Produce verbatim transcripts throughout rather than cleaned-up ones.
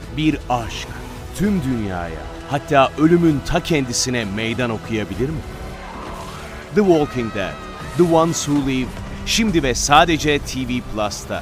Bir aşk tüm dünyaya, hatta ölümün ta kendisine meydan okuyabilir mi? The Walking Dead, The Ones Who Live, şimdi ve sadece T V Plus'ta.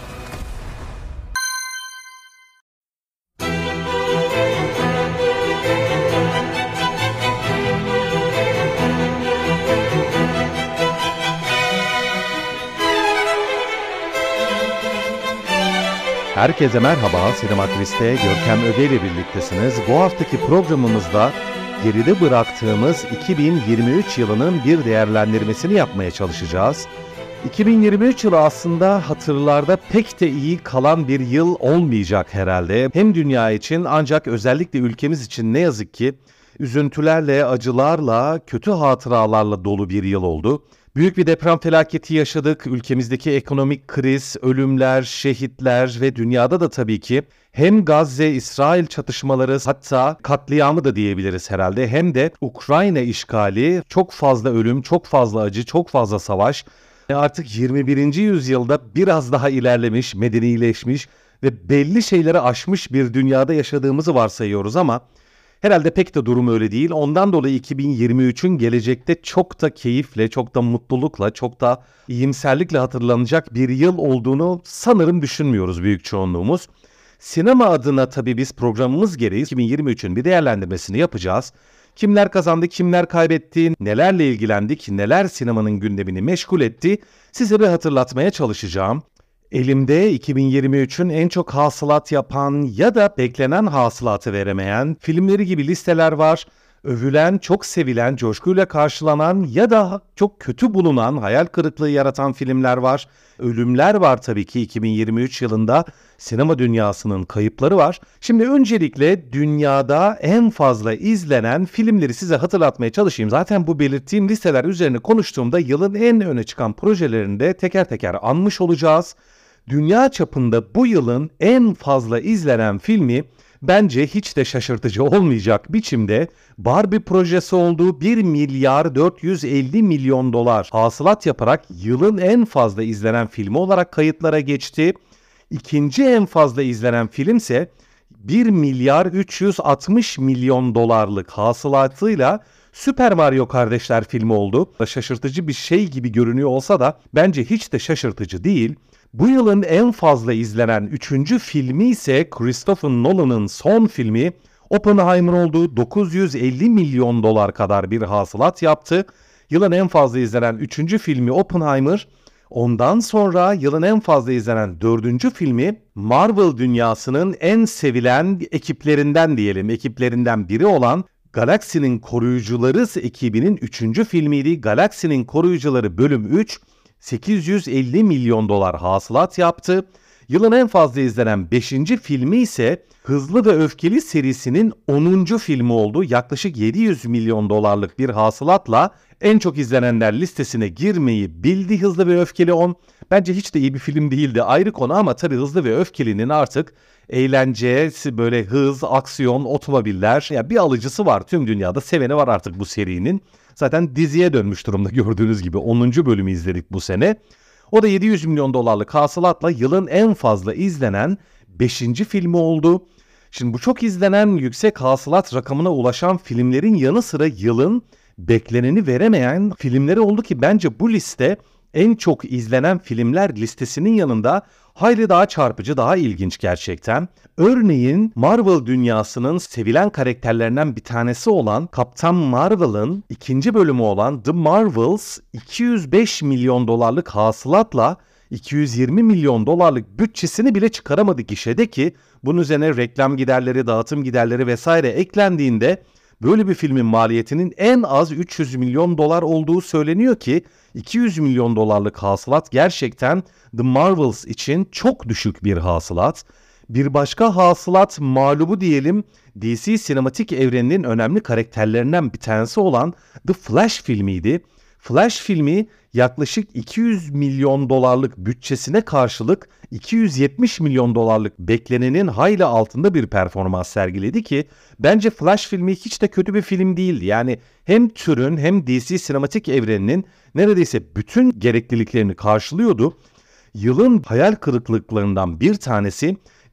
Herkese merhaba, Sinematris'te Görkem Öge ile birliktesiniz. Bu haftaki programımızda geride bıraktığımız iki bin yirmi üç yılının bir değerlendirmesini yapmaya çalışacağız. iki bin yirmi üç yılı aslında hatırlarda pek de iyi kalan bir yıl olmayacak herhalde. Hem dünya için, ancak özellikle ülkemiz için ne yazık ki üzüntülerle, acılarla, kötü hatıralarla dolu bir yıl oldu. Büyük bir deprem felaketi yaşadık. Ülkemizdeki ekonomik kriz, ölümler, şehitler ve dünyada da tabii ki hem Gazze-İsrail çatışmaları, hatta katliamı da diyebiliriz herhalde, hem de Ukrayna işgali, çok fazla ölüm, çok fazla acı, çok fazla savaş. Artık yirmi birinci yüzyılda biraz daha ilerlemiş, medenileşmiş ve belli şeyleri aşmış bir dünyada yaşadığımızı varsayıyoruz ama herhalde pek de durum öyle değil. Ondan dolayı iki bin yirmi üçün gelecekte çok da keyifle, çok da mutlulukla, çok da iyimserlikle hatırlanacak bir yıl olduğunu sanırım düşünmüyoruz büyük çoğunluğumuz. Sinema adına tabii biz programımız gereği iki bin yirmi üçün bir değerlendirmesini yapacağız. Kimler kazandı, kimler kaybetti, nelerle ilgilendik, neler sinemanın gündemini meşgul etti, size bir hatırlatmaya çalışacağım. Elimde iki bin yirmi üçün en çok hasılat yapan ya da beklenen hasılatı veremeyen filmleri gibi listeler var. Övülen, çok sevilen, coşkuyla karşılanan ya da çok kötü bulunan, hayal kırıklığı yaratan filmler var. Ölümler var tabii ki. iki bin yirmi üç yılında sinema dünyasının kayıpları var. Şimdi öncelikle dünyada en fazla izlenen filmleri size hatırlatmaya çalışayım. Zaten bu belirttiğim listeler üzerine konuştuğumda yılın en öne çıkan projelerini de teker teker anmış olacağız. Dünya çapında bu yılın en fazla izlenen filmi bence hiç de şaşırtıcı olmayacak biçimde Barbie projesi olduğu bir milyar dört yüz elli milyon dolar hasılat yaparak yılın en fazla izlenen filmi olarak kayıtlara geçti. İkinci en fazla izlenen filmse bir milyar üç yüz altmış milyon dolarlık hasılatıyla Super Mario Kardeşler filmi oldu. Şaşırtıcı bir şey gibi görünüyor olsa da bence hiç de şaşırtıcı değil. Bu yılın en fazla izlenen üçüncü filmi ise Christopher Nolan'ın son filmi Oppenheimer oldu. dokuz yüz elli milyon dolar kadar bir hasılat yaptı. Yılın en fazla izlenen üçüncü filmi Oppenheimer. Ondan sonra yılın en fazla izlenen dördüncü filmi Marvel dünyasının en sevilen ekiplerinden diyelim, ekiplerinden biri olan Galaksinin Koruyucuları ekibinin üçüncü filmiydi. Galaksinin Koruyucuları bölüm üç. sekiz yüz elli milyon dolar hasılat yaptı. Yılın en fazla izlenen beşinci filmi ise Hızlı ve Öfkeli serisinin onuncu filmi oldu. Yaklaşık yedi yüz milyon dolarlık bir hasılatla en çok izlenenler listesine girmeyi bildi Hızlı ve Öfkeli on. Bence hiç de iyi bir film değildi, ayrı konu, ama tabii Hızlı ve Öfkeli'nin artık eğlence, böyle hız, aksiyon, otomobiller, ya bir alıcısı var, tüm dünyada seveni var artık bu serinin. Zaten diziye dönmüş durumda gördüğünüz gibi. onuncu bölümü izledik bu sene. O da yedi yüz milyon dolarlık hasılatla yılın en fazla izlenen beşinci filmi oldu. Şimdi bu çok izlenen, yüksek hasılat rakamına ulaşan filmlerin yanı sıra yılın bekleneni veremeyen filmleri oldu ki bence bu liste en çok izlenen filmler listesinin yanında hayli daha çarpıcı, daha ilginç gerçekten. Örneğin Marvel dünyasının sevilen karakterlerinden bir tanesi olan Kaptan Marvel'ın ikinci bölümü olan The Marvels iki yüz beş milyon dolarlık hasılatla iki yüz yirmi milyon dolarlık bütçesini bile çıkaramadı gişede ki bunun üzerine reklam giderleri, dağıtım giderleri vesaire eklendiğinde böyle bir filmin maliyetinin en az üç yüz milyon dolar olduğu söyleniyor ki iki yüz milyon dolarlık hasılat gerçekten The Marvels için çok düşük bir hasılat. Bir başka hasılat mağlubu diyelim, D C sinematik evreninin önemli karakterlerinden bir tanesi olan The Flash filmiydi. Flash filmi yaklaşık iki yüz milyon dolarlık bütçesine karşılık iki yüz yetmiş milyon dolarlık beklenenin hayli altında bir performans sergiledi ki bence Flash filmi hiç de kötü bir film değildi. Yani hem türün hem D C sinematik evreninin neredeyse bütün gerekliliklerini karşılıyordu. Yılın hayal kırıklıklarından bir tanesi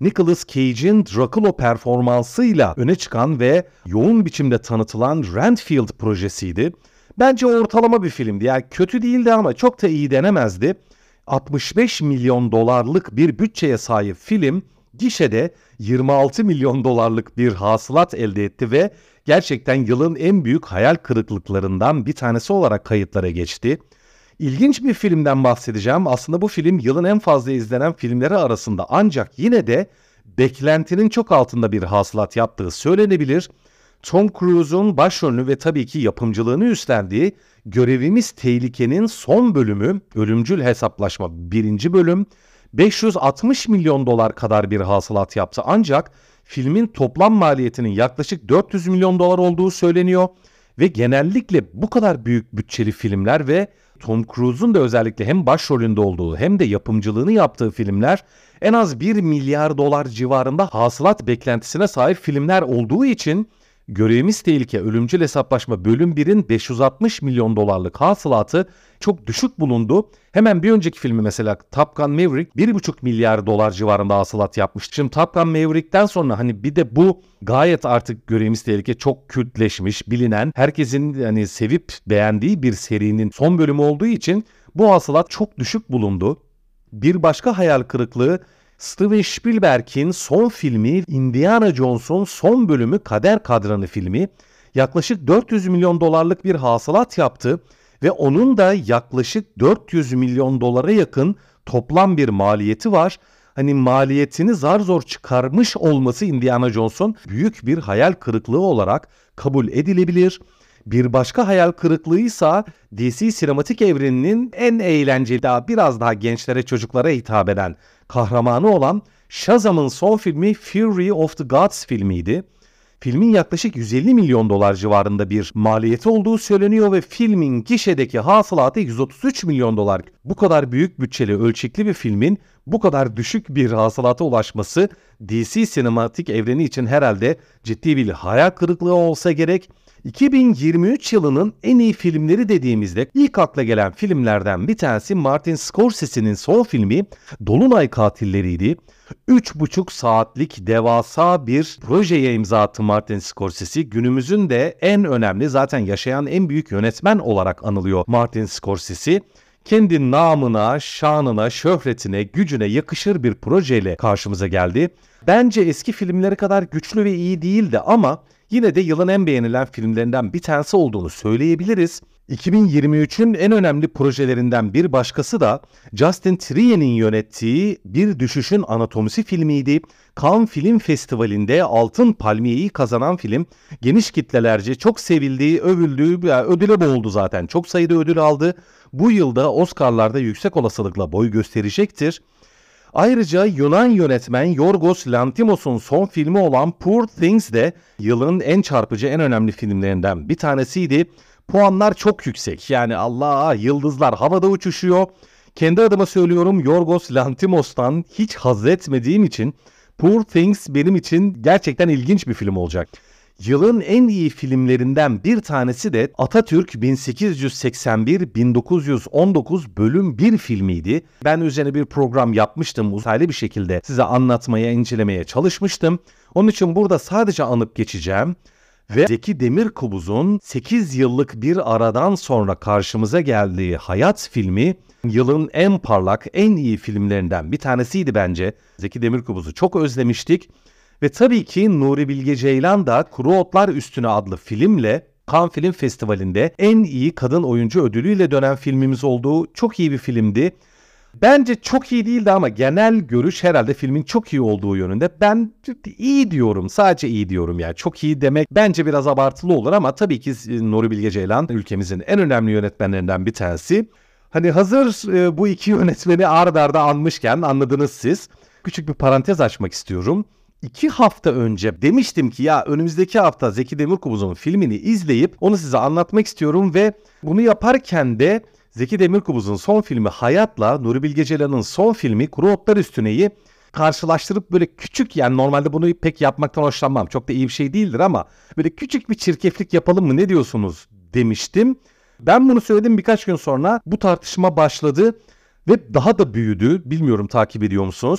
Nicolas Cage'in Dracula performansıyla öne çıkan ve yoğun biçimde tanıtılan Renfield projesiydi. Bence ortalama bir filmdi. Yani kötü değildi ama çok da iyi denemezdi. altmış beş milyon dolarlık bir bütçeye sahip film gişede yirmi altı milyon dolarlık bir hasılat elde etti ve gerçekten yılın en büyük hayal kırıklıklarından bir tanesi olarak kayıtlara geçti. İlginç bir filmden bahsedeceğim. Aslında bu film yılın en fazla izlenen filmleri arasında, ancak yine de beklentinin çok altında bir hasılat yaptığı söylenebilir. Tom Cruise'un başrolünü ve tabii ki yapımcılığını üstlendiği Görevimiz Tehlike'nin son bölümü, Ölümcül Hesaplaşma birinci bölüm, beş yüz altmış milyon dolar kadar bir hasılat yaptı. Ancak filmin toplam maliyetinin yaklaşık dört yüz milyon dolar olduğu söyleniyor ve genellikle bu kadar büyük bütçeli filmler ve Tom Cruise'un da özellikle hem başrolünde olduğu hem de yapımcılığını yaptığı filmler en az bir milyar dolar civarında hasılat beklentisine sahip filmler olduğu için Görevimiz Tehlike Ölümcül Hesaplaşma bölüm birin beş yüz altmış milyon dolarlık hasılatı çok düşük bulundu. Hemen bir önceki filmi mesela Top Gun Maverick bir buçuk milyar dolar civarında hasılat yapmıştı. Şimdi Top Gun Maverick'ten sonra hani bir de bu gayet artık Görevimiz Tehlike çok kültleşmiş, bilinen, herkesin hani sevip beğendiği bir serinin son bölümü olduğu için bu hasılat çok düşük bulundu. Bir başka hayal kırıklığı Steven Spielberg'in son filmi Indiana Jones'un son bölümü Kader Kadranı filmi yaklaşık dört yüz milyon dolarlık bir hasılat yaptı ve onun da yaklaşık dört yüz milyon dolara yakın toplam bir maliyeti var. Hani maliyetini zar zor çıkarmış olması Indiana Jones'un büyük bir hayal kırıklığı olarak kabul edilebilir. Bir başka hayal kırıklığıysa D C sinematik evreninin en eğlenceli, daha biraz daha gençlere, çocuklara hitap eden kahramanı olan Shazam'ın son filmi Fury of the Gods filmiydi. Filmin yaklaşık yüz elli milyon dolar civarında bir maliyeti olduğu söyleniyor ve filmin gişedeki hasılatı yüz otuz üç milyon dolar. Bu kadar büyük bütçeli, ölçekli bir filmin bu kadar düşük bir hasılata ulaşması D C sinematik evreni için herhalde ciddi bir hayal kırıklığı olsa gerek. iki bin yirmi üç yılının en iyi filmleri dediğimizde ilk akla gelen filmlerden bir tanesi Martin Scorsese'nin son filmi Dolunay Katilleriydi. üç buçuk saatlik devasa bir projeye imza attı Martin Scorsese. Günümüzün de en önemli, zaten yaşayan en büyük yönetmen olarak anılıyor Martin Scorsese. Kendi namına, şanına, şöhretine, gücüne yakışır bir projeyle karşımıza geldi. Bence eski filmleri kadar güçlü ve iyi değildi ama yine de yılın en beğenilen filmlerinden bir tanesi olduğunu söyleyebiliriz. iki bin yirmi üçün en önemli projelerinden bir başkası da Justin Trier'in yönettiği Bir Düşüşün Anatomisi filmiydi. Cannes Film Festivali'nde Altın Palmiye'yi kazanan film, geniş kitlelerce çok sevildiği, övüldüğü, yani ödüle boğuldu zaten. Çok sayıda ödül aldı. Bu yılda Oscar'larda yüksek olasılıkla boy gösterecektir. Ayrıca Yunan yönetmen Yorgos Lanthimos'un son filmi olan Poor Things de yılın en çarpıcı, en önemli filmlerinden bir tanesiydi. Puanlar çok yüksek. Yani Allah, yıldızlar havada uçuşuyor. Kendi adıma söylüyorum, Yorgos Lanthimos'tan hiç haz etmediğim için Poor Things benim için gerçekten ilginç bir film olacak. Yılın en iyi filmlerinden bir tanesi de Atatürk bin sekiz yüz seksen bir bin dokuz yüz on dokuz bölüm bir filmiydi. Ben üzerine bir program yapmıştım. Uzaylı bir şekilde size anlatmaya, incelemeye çalışmıştım. Onun için burada sadece anıp geçeceğim. Ve Zeki Demirkubuz'un sekiz yıllık bir aradan sonra karşımıza geldiği Hayat filmi yılın en parlak, en iyi filmlerinden bir tanesiydi bence. Zeki Demirkubuz'u çok özlemiştik. Ve tabii ki Nuri Bilge Ceylan da Kuru Otlar Üstüne adlı filmle Cannes Film Festivali'nde en iyi kadın oyuncu ödülüyle dönen filmimiz olduğu çok iyi bir filmdi. Bence çok iyi değildi ama genel görüş herhalde filmin çok iyi olduğu yönünde. Ben iyi diyorum, sadece iyi diyorum yani. Çok iyi demek bence biraz abartılı olur ama tabii ki Nuri Bilge Ceylan ülkemizin en önemli yönetmenlerinden bir tanesi. Hani hazır e, bu iki yönetmeni ard arda anmışken, anladınız siz. Küçük bir parantez açmak istiyorum. İki hafta önce demiştim ki ya önümüzdeki hafta Zeki Demirkubuz'un filmini izleyip onu size anlatmak istiyorum ve bunu yaparken de Zeki Demirkubuz'un son filmi Hayat'la Nuri Bilge Ceylan'ın son filmi Kuru Otlar Üstüne'yi karşılaştırıp böyle küçük, yani normalde bunu pek yapmaktan hoşlanmam, çok da iyi bir şey değildir ama böyle küçük bir çirkeflik yapalım mı, ne diyorsunuz demiştim. Ben bunu söyledim, birkaç gün sonra bu tartışma başladı ve daha da büyüdü. Bilmiyorum takip ediyor musunuz?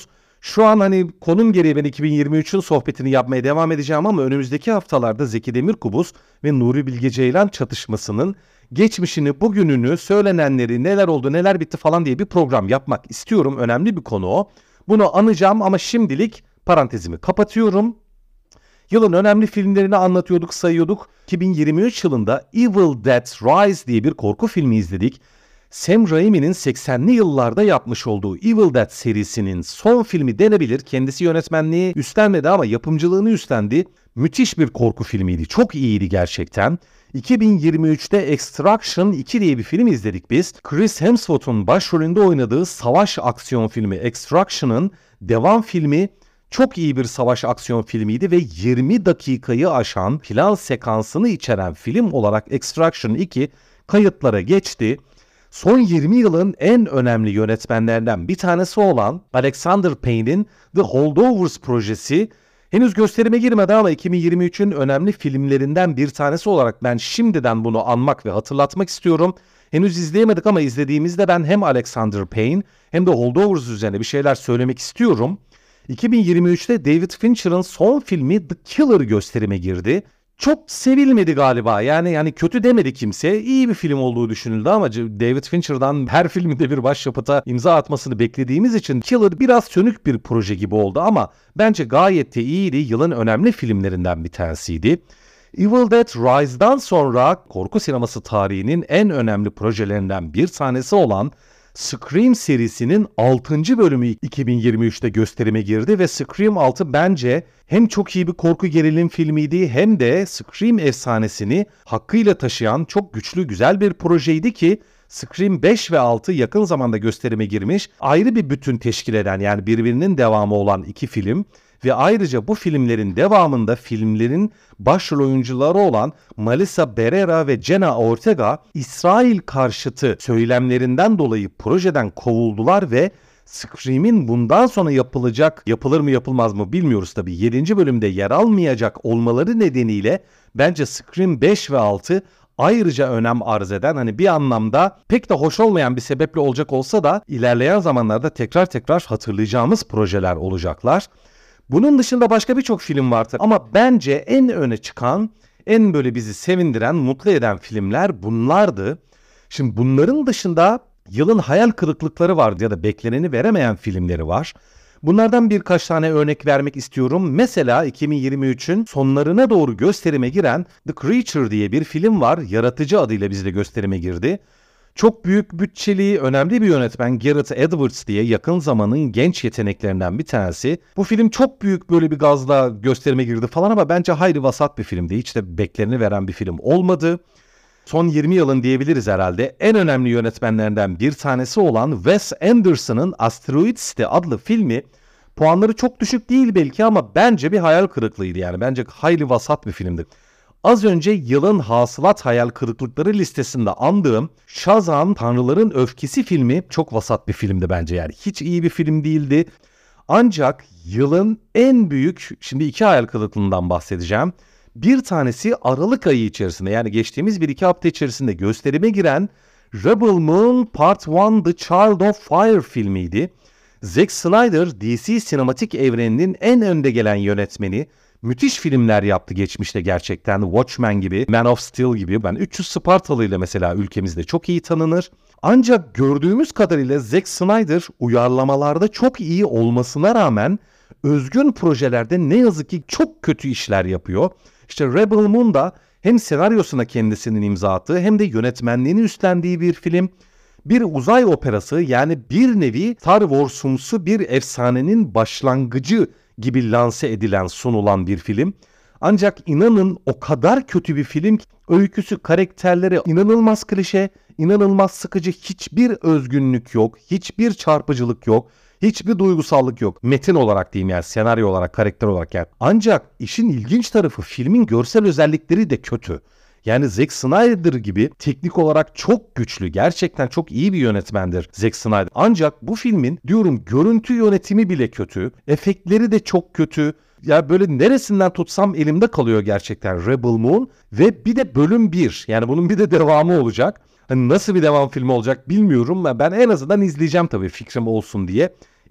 Şu an hani konum gereği ben iki bin yirmi üçün sohbetini yapmaya devam edeceğim ama önümüzdeki haftalarda Zeki Demirkubuz ve Nuri Bilge Ceylan çatışmasının geçmişini, bugününü, söylenenleri, neler oldu, neler bitti falan diye bir program yapmak istiyorum. Önemli bir konu o. Bunu anacağım ama şimdilik parantezimi kapatıyorum. Yılın önemli filmlerini anlatıyorduk, sayıyorduk. iki bin yirmi üç yılında Evil Dead Rise diye bir korku filmi izledik. Sam Raimi'nin seksenli yıllarda yapmış olduğu Evil Dead serisinin son filmi denebilir. Kendisi yönetmenliği üstlenmedi ama yapımcılığını üstlendi. Müthiş bir korku filmiydi. Çok iyiydi gerçekten. iki bin yirmi üçte Extraction iki diye bir film izledik biz. Chris Hemsworth'un başrolünde oynadığı savaş aksiyon filmi Extraction'ın devam filmi çok iyi bir savaş aksiyon filmiydi ve yirmi dakikayı aşan final sekansını içeren film olarak Extraction iki kayıtlara geçti. Son yirmi yılın en önemli yönetmenlerinden bir tanesi olan Alexander Payne'in The Holdovers projesi henüz gösterime girmedi ama iki bin yirmi üçün önemli filmlerinden bir tanesi olarak ben şimdiden bunu anmak ve hatırlatmak istiyorum. Henüz izleyemedik ama izlediğimizde ben hem Alexander Payne hem de Holdovers üzerine bir şeyler söylemek istiyorum. iki bin yirmi üçte David Fincher'ın son filmi The Killer gösterime girdi. Çok sevilmedi galiba. Yani yani kötü demedi kimse. İyi bir film olduğu düşünüldü ama David Fincher'dan her filminde bir başyapıta imza atmasını beklediğimiz için Killer biraz sönük bir proje gibi oldu ama bence gayet de iyiydi. Yılın önemli filmlerinden bir tanesiydi. Evil Dead Rise'dan sonra korku sineması tarihinin en önemli projelerinden bir tanesi olan Scream serisinin altıncı bölümü iki bin yirmi üçte gösterime girdi ve Scream altı bence hem çok iyi bir korku gerilim filmiydi hem de Scream efsanesini hakkıyla taşıyan çok güçlü güzel bir projeydi ki Scream beş ve altı yakın zamanda gösterime girmiş, ayrı bir bütün teşkil eden yani birbirinin devamı olan iki film. Ve ayrıca bu filmlerin devamında filmlerin başrol oyuncuları olan Melissa Barrera ve Jenna Ortega İsrail karşıtı söylemlerinden dolayı projeden kovuldular ve Scream'in bundan sonra yapılacak, yapılır mı yapılmaz mı bilmiyoruz tabii, yedinci bölümde yer almayacak olmaları nedeniyle bence Scream beş ve altı ayrıca önem arz eden, hani bir anlamda pek de hoş olmayan bir sebeple olacak olsa da ilerleyen zamanlarda tekrar tekrar hatırlayacağımız projeler olacaklar. Bunun dışında başka birçok film vardır ama bence en öne çıkan, en böyle bizi sevindiren, mutlu eden filmler bunlardı. Şimdi bunların dışında yılın hayal kırıklıkları vardı ya da bekleneni veremeyen filmleri var. Bunlardan birkaç tane örnek vermek istiyorum. Mesela iki bin yirmi üçün sonlarına doğru gösterime giren The Creature diye bir film var. Yaratıcı adıyla bizde gösterime girdi. Çok büyük bütçeli, önemli bir yönetmen Gareth Edwards diye yakın zamanın genç yeteneklerinden bir tanesi. Bu film çok büyük böyle bir gazla gösterime girdi falan ama bence hayli vasat bir filmdi. Hiç de bekleneni veren bir film olmadı. Son yirmi yılın diyebiliriz herhalde en önemli yönetmenlerinden bir tanesi olan Wes Anderson'ın Asteroid City adlı filmi puanları çok düşük değil belki ama bence bir hayal kırıklığıydı yani. Bence hayli vasat bir filmdi. Az önce yılın hasılat hayal kırıklıkları listesinde andığım Shazam Tanrıların Öfkesi filmi çok vasat bir filmdi bence yani. Hiç iyi bir film değildi. Ancak yılın en büyük, şimdi iki hayal kırıklığından bahsedeceğim. Bir tanesi Aralık ayı içerisinde yani geçtiğimiz bir iki hafta içerisinde gösterime giren Rebel Moon Part bir The Child of Fire filmiydi. Zack Snyder D C sinematik evreninin en önde gelen yönetmeni. Müthiş filmler yaptı geçmişte gerçekten. Watchmen gibi, Man of Steel gibi. Ben üç yüz Spartalı ile mesela ülkemizde çok iyi tanınır. Ancak gördüğümüz kadarıyla Zack Snyder uyarlamalarda çok iyi olmasına rağmen özgün projelerde ne yazık ki çok kötü işler yapıyor. İşte Rebel Moon'da hem senaryosuna kendisinin imza attığı hem de yönetmenliğini üstlendiği bir film. Bir uzay operası yani bir nevi Star Wars'umsu bir efsanenin başlangıcı gibi lanse edilen, sunulan bir film. Ancak inanın o kadar kötü bir film ki öyküsü, karakterleri inanılmaz klişe, inanılmaz sıkıcı, hiçbir özgünlük yok, hiçbir çarpıcılık yok, hiçbir duygusallık yok. Metin olarak diyeyim yani, senaryo olarak, karakter olarak yani. Ancak işin ilginç tarafı filmin görsel özellikleri de kötü. Yani Zack Snyder gibi teknik olarak çok güçlü, gerçekten çok iyi bir yönetmendir Zack Snyder. Ancak bu filmin diyorum görüntü yönetimi bile kötü, efektleri de çok kötü. Ya böyle neresinden tutsam elimde kalıyor gerçekten Rebel Moon. Ve bir de bölüm bir, yani bunun bir de devamı olacak. Hani nasıl bir devam filmi olacak bilmiyorum. Ben en azından izleyeceğim tabii, fikrim olsun diye.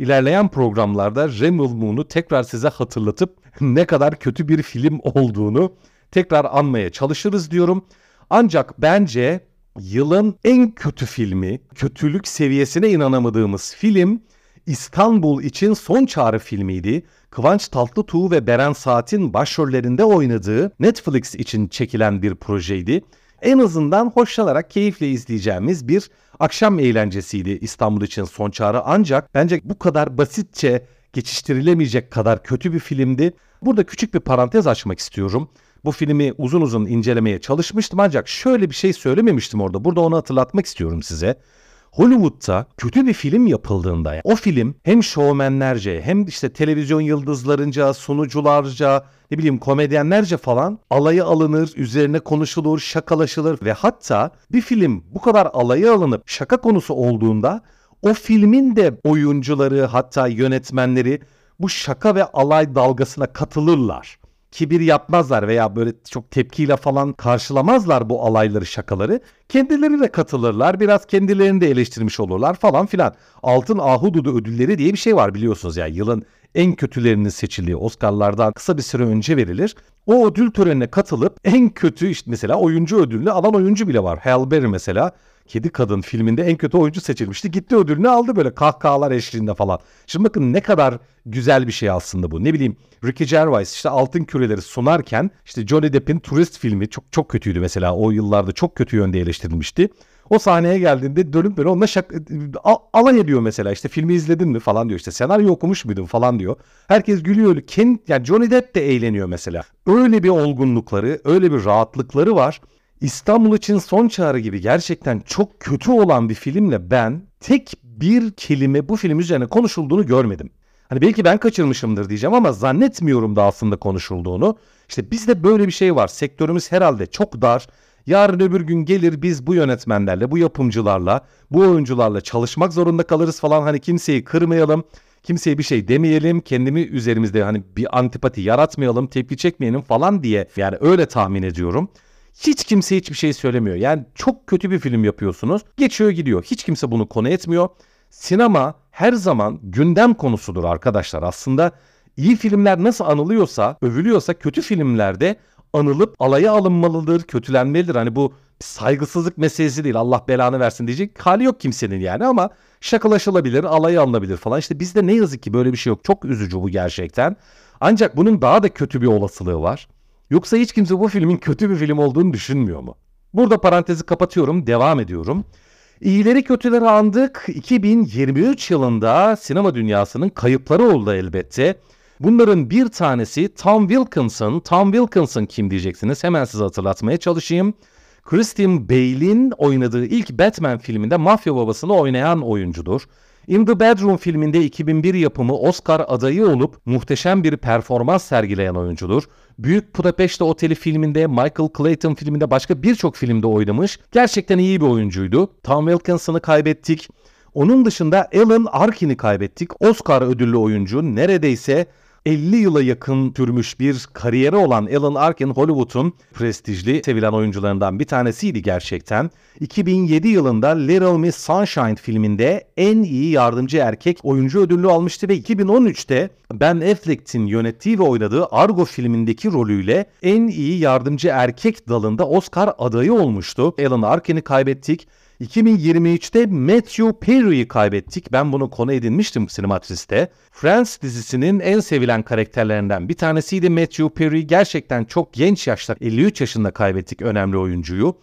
ilerleyen programlarda Rebel Moon'u tekrar size hatırlatıp ne kadar kötü bir film olduğunu tekrar anmaya çalışırız diyorum. Ancak bence yılın en kötü filmi, kötülük seviyesine inanamadığımız film İstanbul için Son Çağrı filmiydi. Kıvanç Tatlıtuğ ve Beren Saat'in başrollerinde oynadığı Netflix için çekilen bir projeydi. En azından hoşlanarak keyifle izleyeceğimiz bir akşam eğlencesiydi İstanbul için Son Çağrı. Ancak bence bu kadar basitçe geçiştirilemeyecek kadar kötü bir filmdi. Burada küçük bir parantez açmak istiyorum. Bu filmi uzun uzun incelemeye çalışmıştım ancak şöyle bir şey söylememiştim orada. Burada onu hatırlatmak istiyorum size. Hollywood'da kötü bir film yapıldığında o film hem şovmenlerce hem işte televizyon yıldızlarınca, sunucularca, ne bileyim komedyenlerce falan alaya alınır, üzerine konuşulur, şakalaşılır ve hatta bir film bu kadar alaya alınıp şaka konusu olduğunda o filmin de oyuncuları hatta yönetmenleri bu şaka ve alay dalgasına katılırlar. Kibir yapmazlar veya böyle çok tepkiyle falan karşılamazlar bu alayları, şakaları. Kendileri de katılırlar, biraz kendilerini de eleştirmiş olurlar falan filan. Altın Ahududu ödülleri diye bir şey var biliyorsunuz ya. Yılın en kötülerinin seçildiği Oscar'lardan kısa bir süre önce verilir. O ödül törenine katılıp en kötü işte mesela oyuncu ödülünü alan oyuncu bile var. Halle Berry mesela Kedi Kadın filminde en kötü oyuncu seçilmişti. Gitti ödülünü aldı böyle kahkahalar eşliğinde falan. Şimdi bakın ne kadar güzel bir şey aslında bu. Ne bileyim Ricky Gervais işte Altın Küreleri sunarken işte Johnny Depp'in Turist filmi çok çok kötüydü mesela. O yıllarda çok kötü yönde eleştirilmişti. O sahneye geldiğinde dönüp böyle onunla şak, alay ediyor mesela, işte filmi izledin mi falan diyor, işte senaryo okumuş muydun falan diyor. Herkes gülüyor. Ken, yani Johnny Depp de eğleniyor mesela. Öyle bir olgunlukları, öyle bir rahatlıkları var. İstanbul için Son Çağrı gibi gerçekten çok kötü olan bir filmle ben tek bir kelime bu film üzerine konuşulduğunu görmedim. Hani belki ben kaçırmışımdır diyeceğim ama zannetmiyorum da aslında konuşulduğunu. İşte bizde böyle bir şey var. Sektörümüz herhalde çok dar. Yarın öbür gün gelir biz bu yönetmenlerle, bu yapımcılarla, bu oyuncularla çalışmak zorunda kalırız falan. Hani kimseyi kırmayalım, kimseye bir şey demeyelim, kendimi üzerimizde hani bir antipati yaratmayalım, tepki çekmeyelim falan diye. Yani öyle tahmin ediyorum. Hiç kimse hiçbir şey söylemiyor. Yani çok kötü bir film yapıyorsunuz. Geçiyor gidiyor. Hiç kimse bunu konu etmiyor. Sinema her zaman gündem konusudur arkadaşlar. Aslında iyi filmler nasıl anılıyorsa, övülüyorsa kötü filmlerde anılıp alaya alınmalıdır, kötülenmelidir. Hani bu saygısızlık meselesi değil. Allah belanı versin diyecek hali yok kimsenin yani ama şakalaşılabilir, alaya alınabilir falan. İşte bizde ne yazık ki böyle bir şey yok. Çok üzücü bu gerçekten. Ancak bunun daha da kötü bir olasılığı var. Yoksa hiç kimse bu filmin kötü bir film olduğunu düşünmüyor mu? Burada parantezi kapatıyorum, devam ediyorum. İyileri kötüleri andık. iki bin yirmi üç yılında sinema dünyasının kayıpları oldu elbette. Bunların bir tanesi Tom Wilkinson. Tom Wilkinson kim diyeceksiniz? Hemen size hatırlatmaya çalışayım. Christian Bale'in oynadığı ilk Batman filminde mafya babasını oynayan oyuncudur. In the Bedroom filminde iki bin bir yapımı Oscar adayı olup muhteşem bir performans sergileyen oyuncudur. Büyük Budapest Oteli filminde, Michael Clayton filminde, başka birçok filmde oynamış. Gerçekten iyi bir oyuncuydu. Tom Wilkinson'ı kaybettik. Onun dışında Alan Arkin'i kaybettik. Oscar ödüllü oyuncu, neredeyse elli yıla yakın sürmüş bir kariyeri olan Alan Arkin, Hollywood'un prestijli, sevilen oyuncularından bir tanesiydi gerçekten. iki bin yedi yılında Little Miss Sunshine filminde en iyi yardımcı erkek oyuncu ödülünü almıştı ve iki bin on üçte Ben Affleck'in yönettiği ve oynadığı Argo filmindeki rolüyle en iyi yardımcı erkek dalında Oscar adayı olmuştu. Alan Arkin'i kaybettik. iki bin yirmi üçte Matthew Perry'i kaybettik. Ben bunu konu edinmiştim Sinematris'te. Friends dizisinin en sevilen karakterlerinden bir tanesiydi Matthew Perry. Gerçekten çok genç yaşta, elli üç yaşında kaybettik önemli oyuncuyu.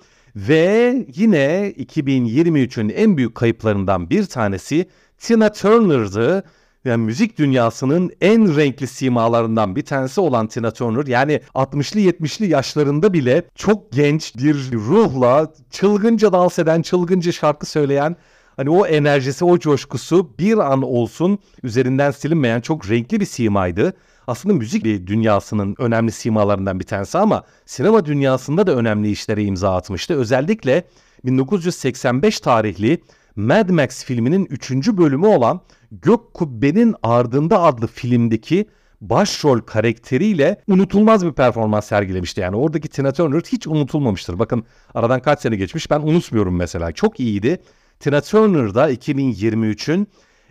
Ve yine iki bin yirmi üçün en büyük kayıplarından bir tanesi Tina Turner'dı. Yani müzik dünyasının en renkli simalarından bir tanesi olan Tina Turner, yani altmışlı yetmişli yaşlarında bile çok genç bir ruhla çılgınca dans eden, çılgınca şarkı söyleyen, hani o enerjisi, o coşkusu bir an olsun üzerinden silinmeyen çok renkli bir simaydı. Aslında müzik dünyasının önemli simalarından bir tanesi ama sinema dünyasında da önemli işlere imza atmıştı. Özellikle bin dokuz yüz seksen beş tarihli Mad Max filminin üçüncü bölümü olan Gök Kubbe'nin Ardında adlı filmdeki başrol karakteriyle unutulmaz bir performans sergilemişti. Yani oradaki Tina Turner hiç unutulmamıştır. Bakın aradan kaç sene geçmiş, ben unutmuyorum mesela. Çok iyiydi. Tina Turner da iki bin yirmi üçün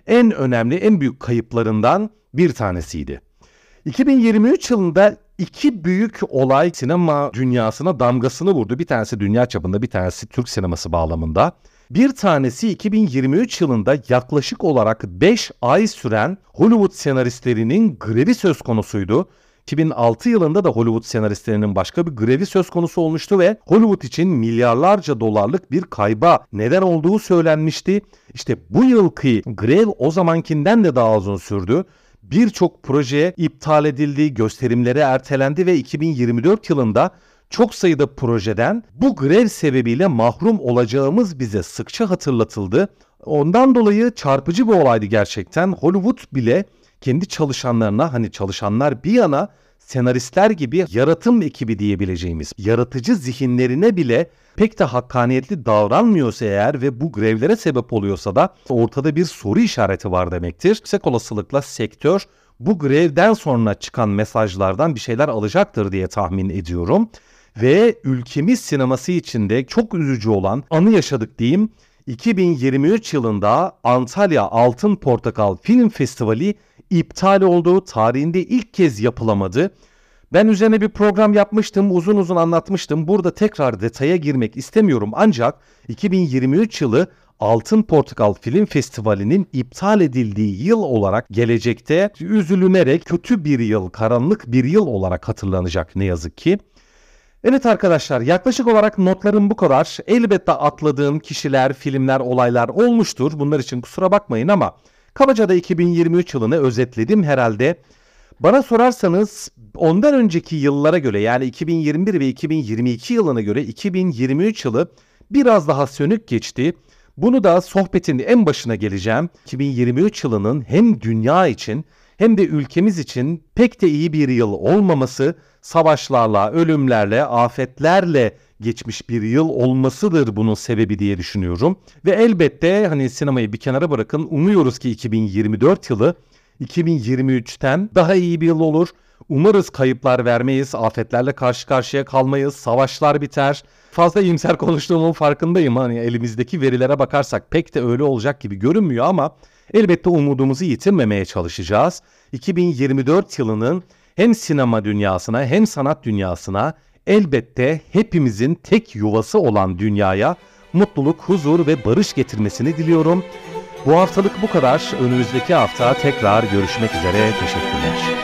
en önemli, en büyük kayıplarından bir tanesiydi. iki bin yirmi üç yılında iki büyük olay sinema dünyasına damgasını vurdu. Bir tanesi dünya çapında, bir tanesi Türk sineması bağlamında. Bir tanesi iki bin yirmi üç yılında yaklaşık olarak beş ay süren Hollywood senaristlerinin grevi söz konusuydu. iki bin altı yılında da Hollywood senaristlerinin başka bir grevi söz konusu olmuştu ve Hollywood için milyarlarca dolarlık bir kayba neden olduğu söylenmişti. İşte bu yılki grev o zamankinden de daha uzun sürdü. Birçok proje iptal edildi, gösterimleri ertelendi ve iki bin yirmi dört yılında çok sayıda projeden bu grev sebebiyle mahrum olacağımız bize sıkça hatırlatıldı. Ondan dolayı çarpıcı bir olaydı gerçekten. Hollywood bile kendi çalışanlarına, hani çalışanlar bir yana, senaristler gibi yaratım ekibi diyebileceğimiz yaratıcı zihinlerine bile pek de hakkaniyetli davranmıyorsa eğer ve bu grevlere sebep oluyorsa da ortada bir soru işareti var demektir. Yüksek olasılıkla sektör bu grevden sonra çıkan mesajlardan bir şeyler alacaktır diye tahmin ediyorum. Ve ülkemiz sineması içinde çok üzücü olan anı yaşadık diyeyim. iki bin yirmi üç yılında Antalya Altın Portakal Film Festivali iptal oldu. Tarihinde ilk kez yapılamadı. Ben üzerine bir program yapmıştım, uzun uzun anlatmıştım. Burada tekrar detaya girmek istemiyorum ancak iki bin yirmi üç yılı Altın Portakal Film Festivali'nin iptal edildiği yıl olarak gelecekte üzülünerek kötü bir yıl, karanlık bir yıl olarak hatırlanacak ne yazık ki. Evet arkadaşlar, yaklaşık olarak notlarım bu kadar. Elbette atladığım kişiler, filmler, olaylar olmuştur. Bunlar için kusura bakmayın ama kabaca da iki bin yirmi üç yılını özetledim herhalde. Bana sorarsanız ondan önceki yıllara göre, yani iki bin yirmi bir ve iki bin yirmi iki yılına göre iki bin yirmi üç yılı biraz daha sönük geçti. Bunu da sohbetin en başına geleceğim. iki bin yirmi üç yılının hem dünya için hem de ülkemiz için pek de iyi bir yıl olmaması, savaşlarla, ölümlerle, afetlerle geçmiş bir yıl olmasıdır bunun sebebi diye düşünüyorum. Ve elbette hani sinemayı bir kenara bırakın, umuyoruz ki iki bin yirmi dört yılı iki bin yirmi üçten daha iyi bir yıl olur. Umarız kayıplar vermeyiz, afetlerle karşı karşıya kalmayız, savaşlar biter. Fazla iyimser konuştuğumun farkındayım. Hani elimizdeki verilere bakarsak pek de öyle olacak gibi görünmüyor ama elbette umudumuzu yitirmemeye çalışacağız. iki bin yirmi dört yılının hem sinema dünyasına hem sanat dünyasına, elbette hepimizin tek yuvası olan dünyaya mutluluk, huzur ve barış getirmesini diliyorum. Bu haftalık bu kadar. Önümüzdeki hafta tekrar görüşmek üzere. Teşekkürler.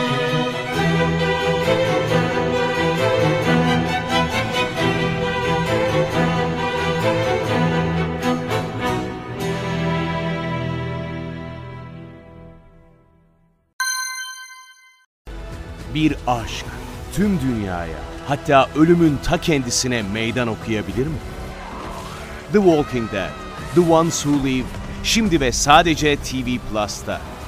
Bir aşk tüm dünyaya, hatta ölümün ta kendisine meydan okuyabilir mi? The Walking Dead, The Ones Who Live, şimdi ve sadece T V Plus'ta.